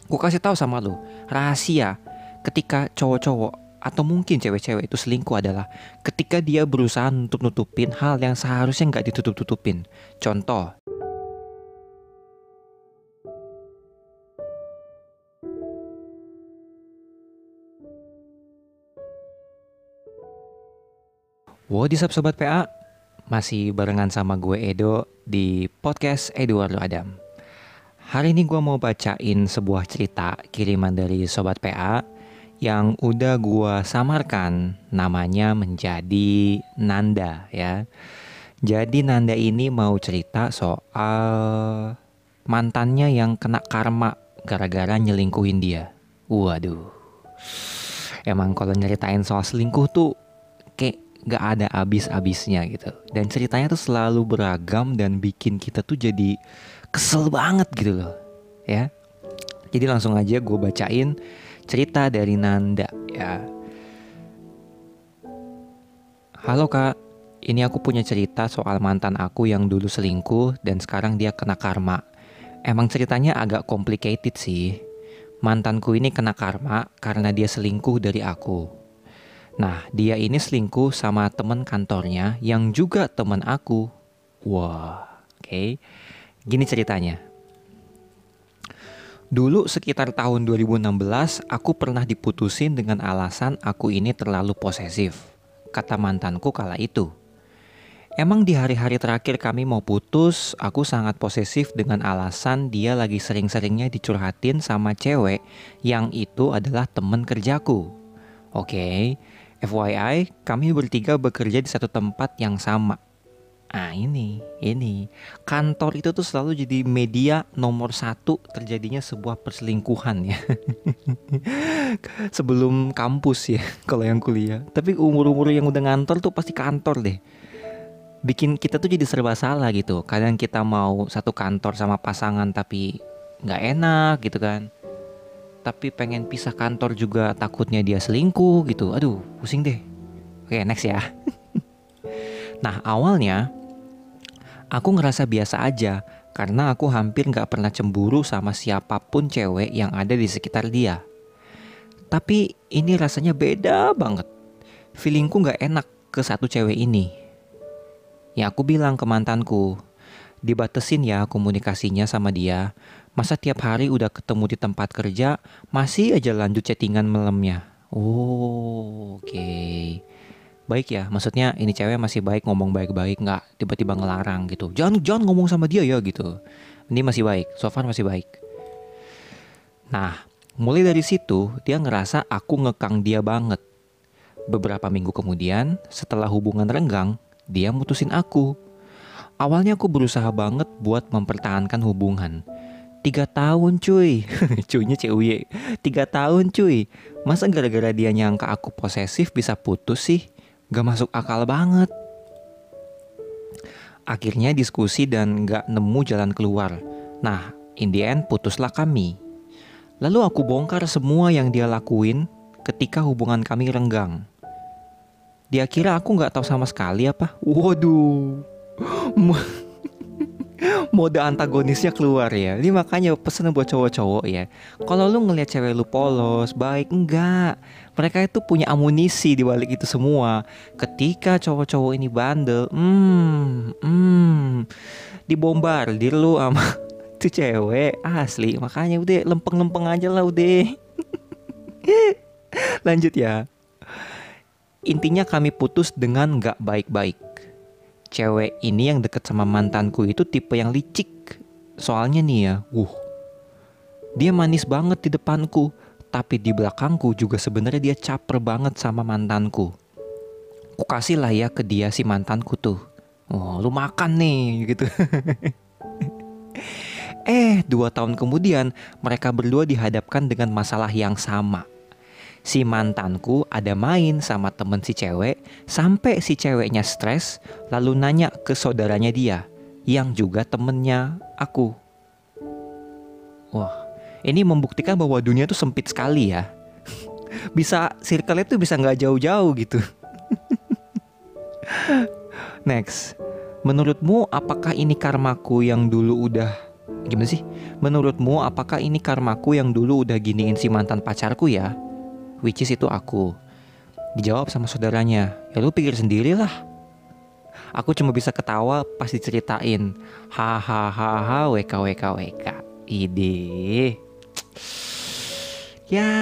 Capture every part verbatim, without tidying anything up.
Gue kasih tahu sama lu, rahasia ketika cowok-cowok atau mungkin cewek-cewek itu selingkuh adalah ketika dia berusaha nutup-nutupin hal yang seharusnya nggak ditutup-tutupin. Contoh, what is up Sobat P A? Masih barengan sama gue Edo di podcast Eduardo Adam. Hari ini gue mau bacain sebuah cerita kiriman dari Sobat P A yang udah gue samarkan namanya menjadi Nanda ya. Jadi Nanda ini mau cerita soal mantannya yang kena karma gara-gara nyelingkuhin dia. Waduh. Emang kalau nyeritain soal selingkuh tuh kayak gak ada abis-abisnya gitu. Dan ceritanya tuh selalu beragam dan bikin kita tuh jadi kesel banget gitu loh ya. Jadi langsung aja gue bacain cerita dari Nanda ya. Halo kak, ini aku punya cerita soal mantan aku yang dulu selingkuh dan sekarang dia kena karma. Emang ceritanya agak complicated sih. Mantanku ini kena karma karena dia selingkuh dari aku. Nah, dia ini selingkuh sama teman kantornya yang juga teman aku. Wah, oke. Okay. Gini ceritanya. Dulu sekitar tahun dua ribu enam belas, aku pernah diputusin dengan alasan aku ini terlalu posesif. Kata mantanku kala itu. Emang di hari-hari terakhir kami mau putus, aku sangat posesif dengan alasan dia lagi sering-seringnya dicurhatin sama cewek yang itu adalah teman kerjaku. Oke. Okay. F Y I, kami bertiga bekerja di satu tempat yang sama. Ah ini, ini kantor itu tuh selalu jadi media nomor satu terjadinya sebuah perselingkuhan ya. Sebelum kampus ya, kalau yang kuliah. Tapi umur-umur yang udah ngantor tuh pasti kantor deh. Bikin kita tuh jadi serba salah gitu. Kadang kita mau satu kantor sama pasangan tapi gak enak gitu kan. Tapi pengen pisah kantor juga takutnya dia selingkuh gitu. Aduh, pusing deh. Oke, next ya. Nah, awalnya aku ngerasa biasa aja karena aku hampir gak pernah cemburu sama siapapun cewek yang ada di sekitar dia. Tapi ini rasanya beda banget. Feelingku gak enak ke satu cewek ini. Ya aku bilang ke mantanku, dibatesin ya komunikasinya sama dia. Masa tiap hari udah ketemu di tempat kerja masih aja lanjut chattingan malamnya. Oh, oke. Okay. Baik ya, maksudnya ini cewek masih baik ngomong baik-baik, nggak tiba-tiba ngelarang gitu. Jangan jangan ngomong sama dia ya gitu. Ini masih baik, so far masih baik. Nah, mulai dari situ dia ngerasa aku ngekang dia banget. Beberapa minggu kemudian, setelah hubungan renggang, dia mutusin aku. Awalnya aku berusaha banget buat mempertahankan hubungan. Tiga tahun cuy. Cuynya C U Y. Tiga tahun cuy. Masa gara-gara dia nyangka aku posesif bisa putus sih? Gak masuk akal banget. Akhirnya diskusi dan gak nemu jalan keluar. Nah, in the end putuslah kami. Lalu aku bongkar semua yang dia lakuin ketika hubungan kami renggang. Dia kira aku gak tahu sama sekali apa? Waduh. Mode antagonisnya keluar ya. Ini makanya pesan buat cowok-cowok ya. Kalau lu ngelihat cewek lu polos, baik, enggak. Mereka itu punya amunisi di balik itu semua. Ketika cowok-cowok ini bandel, hmm, hmm, dibombardir lu sama tuh cewek asli. Makanya udah lempeng-lempeng aja lah udah. Lanjut ya. Intinya kami putus dengan gak baik-baik. Cewek ini yang deket sama mantanku itu tipe yang licik. Soalnya nih ya, wuh, dia manis banget di depanku, tapi di belakangku juga sebenarnya dia caper banget sama mantanku. Ku kasih lah ya ke dia si mantanku tuh. Oh, lu makan nih gitu. Eh, dua tahun kemudian mereka berdua dihadapkan dengan masalah yang sama. Si mantanku ada main sama temen si cewek sampai si ceweknya stres lalu nanya ke saudaranya dia yang juga temennya aku. Wah, ini membuktikan bahwa dunia tuh sempit sekali ya. Bisa circle-nya tuh bisa gak jauh-jauh gitu. Next, menurutmu apakah ini karmaku yang dulu udah Gimana sih? Menurutmu apakah ini karmaku yang dulu udah giniin si mantan pacarku ya? Which is itu aku. Dijawab sama saudaranya, ya lu pikir sendirilah. Aku cuma bisa ketawa pas diceritain. Hahaha, wk wk wk. Ide. Ya.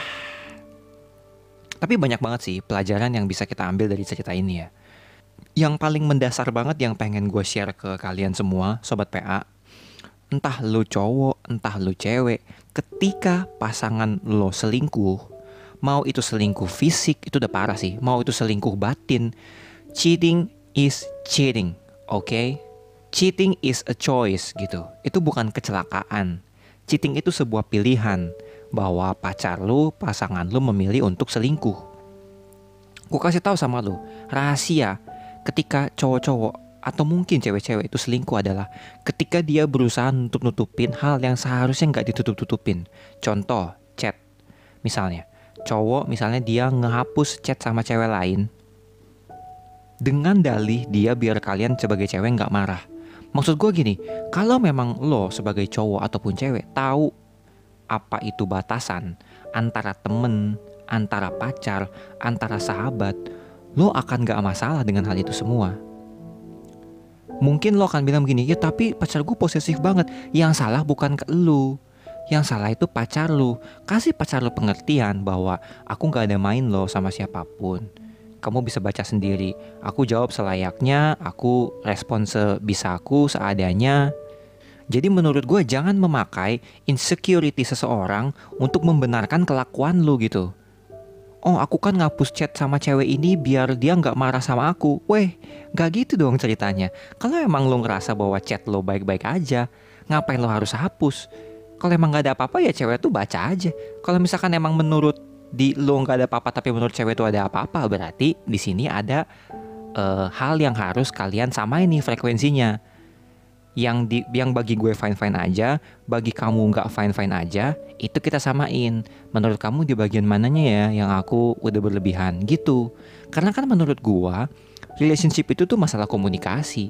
Tapi banyak banget sih pelajaran yang bisa kita ambil dari cerita ini ya. Yang paling mendasar banget yang pengen gue share ke kalian semua, Sobat P A. Entah lu cowok, entah lu cewek, ketika pasangan lo selingkuh, mau itu selingkuh fisik, itu udah parah sih. Mau itu selingkuh batin, cheating is cheating, oke? Okay? Cheating is a choice gitu. Itu bukan kecelakaan. Cheating itu sebuah pilihan bahwa pacar lu, pasangan lu memilih untuk selingkuh. Gue kasih tahu sama lu, rahasia ketika cowok-cowok atau mungkin cewek-cewek itu selingkuh adalah ketika dia berusaha untuk nutupin hal yang seharusnya nggak ditutup-tutupin. Contoh, chat. Misalnya, cowok misalnya dia ngehapus chat sama cewek lain dengan dalih dia biar kalian sebagai cewek nggak marah. Maksud gue gini, kalau memang lo sebagai cowok ataupun cewek tahu apa itu batasan antara temen, antara pacar, antara sahabat, lo akan gak masalah dengan hal itu semua. Mungkin lo akan bilang begini, ya tapi pacar gue posesif banget. Yang salah bukan ke lo, yang salah itu pacar lo. Kasih pacar lo pengertian bahwa aku gak ada main lo sama siapapun. Kamu bisa baca sendiri. Aku jawab selayaknya, aku respon sebisaku, seadanya. Jadi menurut gue jangan memakai insecurity seseorang untuk membenarkan kelakuan lo gitu. Oh aku kan ngapus chat sama cewek ini biar dia gak marah sama aku. Weh, gak gitu dong ceritanya. Kalau emang lo ngerasa bahwa chat lo baik-baik aja, ngapain lo harus hapus? Kalau emang gak ada apa-apa ya cewek tuh baca aja. Kalau misalkan emang menurut di lo gak ada apa-apa tapi menurut cewek tuh ada apa-apa, berarti di sini ada uh, hal yang harus kalian samain nih frekuensinya. Yang di, yang bagi gue fine-fine aja, bagi kamu nggak fine-fine aja, itu kita samain. Menurut kamu di bagian mananya ya yang aku udah berlebihan gitu. Karena kan menurut gue, relationship itu tuh masalah komunikasi.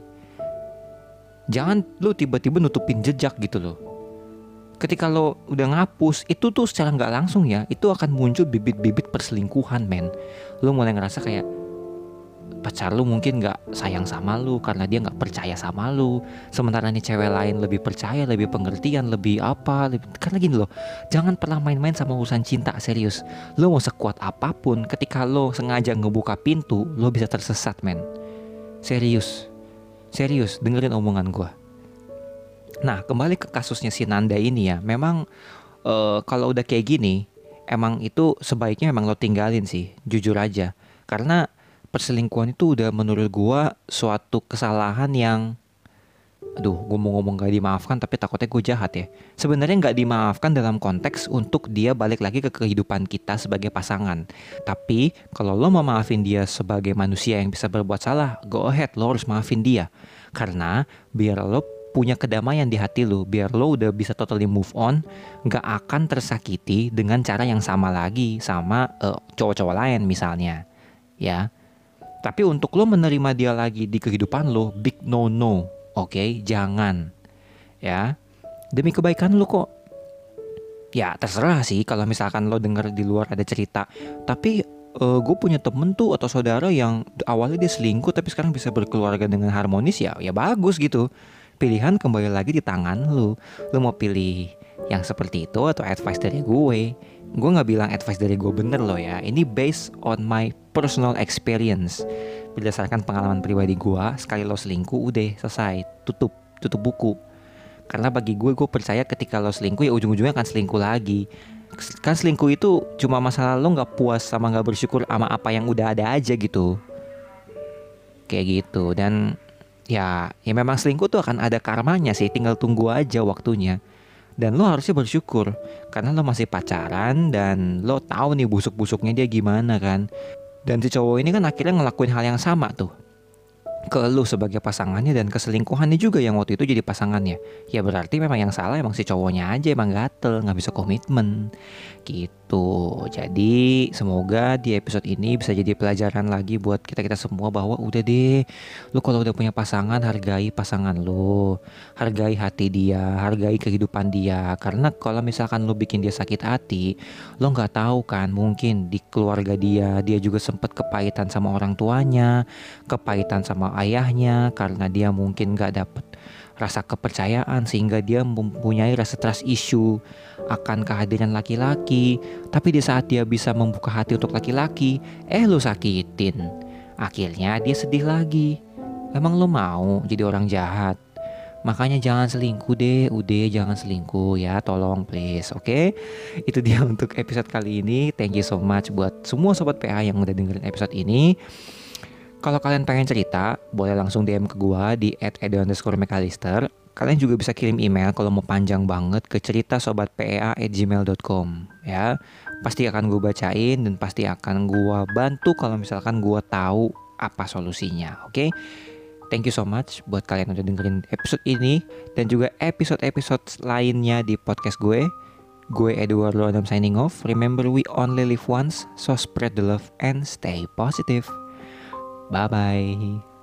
Jangan lu tiba-tiba nutupin jejak gitu loh. Ketika lo udah ngapus, itu tuh secara nggak langsung ya, itu akan muncul bibit-bibit perselingkuhan men. Lu mulai ngerasa kayak pacar lu mungkin gak sayang sama lu karena dia gak percaya sama lu. Sementara nih cewek lain lebih percaya, lebih pengertian, lebih apa lebih... Karena gini loh, jangan pernah main-main sama urusan cinta, serius. Lo mau sekuat apapun, ketika lo sengaja ngebuka pintu, lo bisa tersesat men. Serius. Serius, dengerin omongan gue. Nah kembali ke kasusnya si Nanda ini ya. Memang uh, kalau udah kayak gini, emang itu sebaiknya emang lo tinggalin sih, jujur aja. Karena perselingkuhan itu udah menurut gua suatu kesalahan yang, aduh, gue mau ngomong gak dimaafkan tapi takutnya gue jahat ya. Sebenarnya gak dimaafkan dalam konteks untuk dia balik lagi ke kehidupan kita sebagai pasangan. Tapi kalau lo mau maafin dia sebagai manusia yang bisa berbuat salah, go ahead, lo harus maafin dia. Karena biar lo punya kedamaian di hati lo, biar lo udah bisa totally move on, gak akan tersakiti dengan cara yang sama lagi sama uh, cowok-cowok lain misalnya, ya. Tapi untuk lo menerima dia lagi di kehidupan lo, big no no, oke, okay? Jangan, ya, demi kebaikan lo kok. Ya terserah sih kalau misalkan lo denger di luar ada cerita. Tapi uh, gue punya temen tuh atau saudara yang awalnya dia selingkuh tapi sekarang bisa berkeluarga dengan harmonis, ya, ya bagus gitu. Pilihan kembali lagi di tangan lo. Lo mau pilih yang seperti itu atau advice dari gue? Gue gak bilang advice dari gue bener loh ya. Ini based on my personal experience, berdasarkan pengalaman pribadi gue. Sekali lo selingkuh udah selesai, tutup tutup buku. Karena bagi gue, gue percaya ketika lo selingkuh ya ujung-ujungnya akan selingkuh lagi. Kan selingkuh itu cuma masalah lo gak puas sama gak bersyukur sama apa yang udah ada aja gitu. Kayak gitu. Dan ya, ya memang selingkuh tuh akan ada karmanya sih, tinggal tunggu aja waktunya. Dan lo harusnya bersyukur karena lo masih pacaran dan lo tahu nih busuk-busuknya dia gimana kan. Dan si cowok ini kan akhirnya ngelakuin hal yang sama tuh. ke lu sebagai pasangannya dan keselingkuhannya juga yang waktu itu jadi pasangannya, ya berarti memang yang salah emang si cowoknya aja, emang gatel, nggak bisa komitmen gitu. Jadi semoga di episode ini bisa jadi pelajaran lagi buat kita-kita semua bahwa udah deh, lu kalau udah punya pasangan hargai pasangan lu, hargai hati dia, hargai kehidupan dia. Karena kalau misalkan lu bikin dia sakit hati, lo nggak tahu kan, mungkin di keluarga dia dia juga sempet kepahitan sama orang tuanya, kepahitan sama ayahnya karena dia mungkin gak dapet rasa kepercayaan sehingga dia mempunyai rasa trust issue akan kehadiran laki-laki. Tapi di saat dia bisa membuka hati untuk laki-laki, eh lu sakitin, akhirnya dia sedih lagi. Emang lu mau jadi orang jahat? Makanya jangan selingkuh deh, udah jangan selingkuh ya, tolong please, oke? Okay? Itu dia untuk episode kali ini. Thank you so much buat semua sobat P A yang udah dengerin episode ini. Kalau kalian pengen cerita, boleh langsung D M ke gua di et edo underscore mcallister. Kalian juga bisa kirim email kalau mau panjang banget ke cerita sobat p e a at gmail dot com ya. Pasti akan gue bacain dan pasti akan gua bantu kalau misalkan gua tahu apa solusinya, oke? Okay? Thank you so much buat kalian udah dengerin episode ini dan juga episode-episode lainnya di podcast gue. Gue Eduardo Adam signing off. Remember we only live once, so spread the love and stay positive. Bye-bye.